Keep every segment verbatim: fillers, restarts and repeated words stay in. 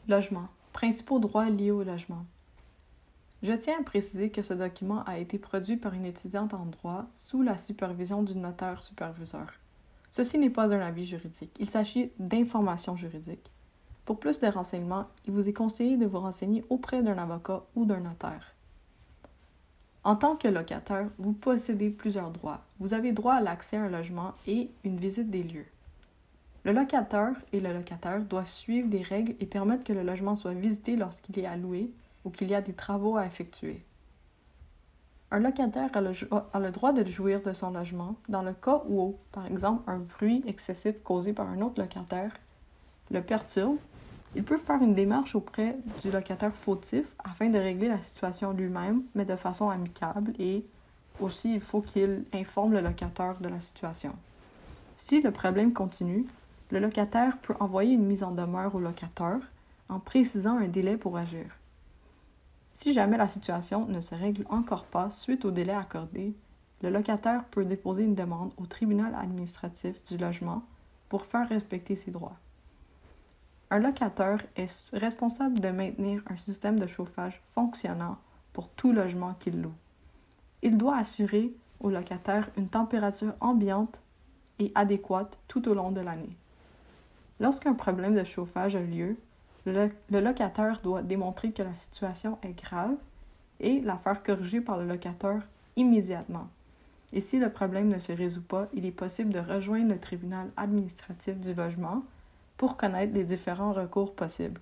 Logement. Principaux droits liés au logement. Je tiens à préciser que ce document a été produit par une étudiante en droit sous la supervision du notaire superviseur. Ceci n'est pas un avis juridique, il s'agit d'informations juridiques. Pour plus de renseignements, il vous est conseillé de vous renseigner auprès d'un avocat ou d'un notaire. En tant que locataire, vous possédez plusieurs droits. Vous avez droit à l'accès à un logement et une visite des lieux. Le locataire et le locataire doivent suivre des règles et permettre que le logement soit visité lorsqu'il est à louer ou qu'il y a des travaux à effectuer. Un locataire a le, a le droit de jouir de son logement dans le cas où, par exemple, un bruit excessif causé par un autre locataire le perturbe. Il peut faire une démarche auprès du locataire fautif afin de régler la situation lui-même, mais de façon amicable, et aussi il faut qu'il informe le locataire de la situation. Si le problème continue, le locataire peut envoyer une mise en demeure au locataire en précisant un délai pour agir. Si jamais la situation ne se règle encore pas suite au délai accordé, le locataire peut déposer une demande au tribunal administratif du logement pour faire respecter ses droits. Un locataire est responsable de maintenir un système de chauffage fonctionnant pour tout logement qu'il loue. Il doit assurer au locataire une température ambiante et adéquate tout au long de l'année. Lorsqu'un problème de chauffage a lieu, le, le locataire doit démontrer que la situation est grave et la faire corriger par le locataire immédiatement. Et si le problème ne se résout pas, il est possible de rejoindre le tribunal administratif du logement pour connaître les différents recours possibles.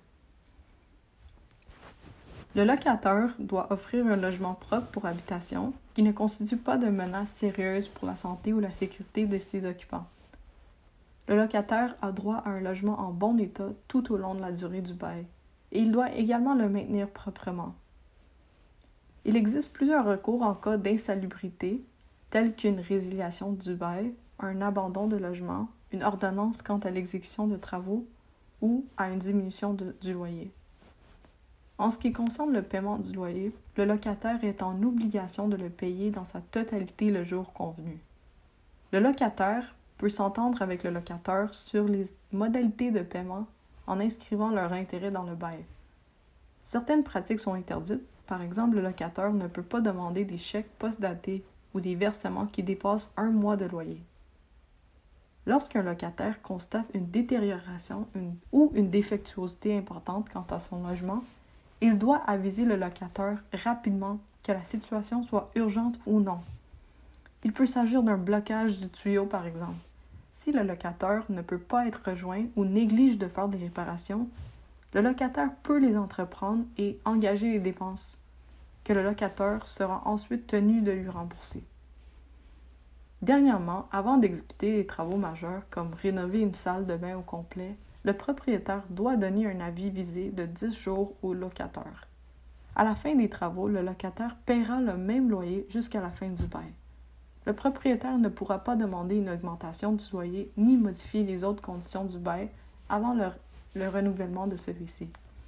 Le locataire doit offrir un logement propre pour habitation qui ne constitue pas de menace sérieuse pour la santé ou la sécurité de ses occupants. Le locataire a droit à un logement en bon état tout au long de la durée du bail et il doit également le maintenir proprement. Il existe plusieurs recours en cas d'insalubrité, tels qu'une résiliation du bail, un abandon de logement, une ordonnance quant à l'exécution de travaux ou à une diminution de, du loyer. En ce qui concerne le paiement du loyer, le locataire est en obligation de le payer dans sa totalité le jour convenu. Le locataire peut s'entendre avec le locataire sur les modalités de paiement en inscrivant leur intérêt dans le bail. Certaines pratiques sont interdites. Par exemple, le locataire ne peut pas demander des chèques post-datés ou des versements qui dépassent un mois de loyer. Lorsqu'un locataire constate une détérioration une, ou une défectuosité importante quant à son logement, il doit aviser le locataire rapidement que la situation soit urgente ou non. Il peut s'agir d'un blocage du tuyau, par exemple. Si le locataire ne peut pas être rejoint ou néglige de faire des réparations, le locataire peut les entreprendre et engager les dépenses que le locataire sera ensuite tenu de lui rembourser. Dernièrement, avant d'exécuter les travaux majeurs comme rénover une salle de bain au complet, le propriétaire doit donner un avis visé de dix jours au locataire. À la fin des travaux, le locataire paiera le même loyer jusqu'à la fin du bail. Le propriétaire ne pourra pas demander une augmentation du loyer ni modifier les autres conditions du bail avant le, le renouvellement de celui-ci.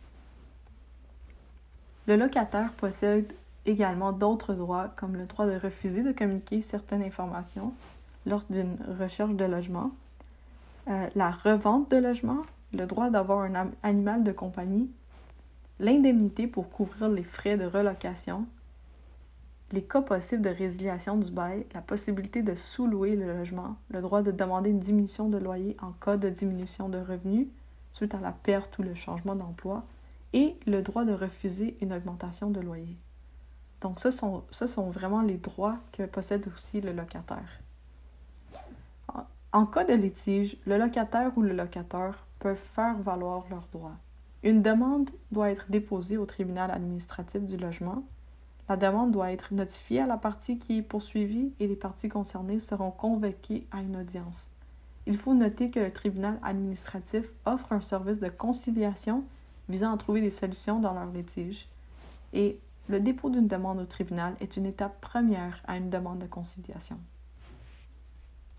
Le locataire possède également d'autres droits comme le droit de refuser de communiquer certaines informations lors d'une recherche de logement, euh, la revente de logement, le droit d'avoir un am- animal de compagnie, l'indemnité pour couvrir les frais de relocation, les cas possibles de résiliation du bail, la possibilité de sous-louer le logement, le droit de demander une diminution de loyer en cas de diminution de revenus suite à la perte ou le changement d'emploi, et le droit de refuser une augmentation de loyer. Donc, ce sont, ce sont vraiment les droits que possède aussi le locataire. En, en cas de litige, le locataire ou le locataire peuvent faire valoir leurs droits. Une demande doit être déposée au tribunal administratif du logement. La demande doit être notifiée à la partie qui est poursuivie et les parties concernées seront convoquées à une audience. Il faut noter que le tribunal administratif offre un service de conciliation visant à trouver des solutions dans leur litige et le dépôt d'une demande au tribunal est une étape première à une demande de conciliation.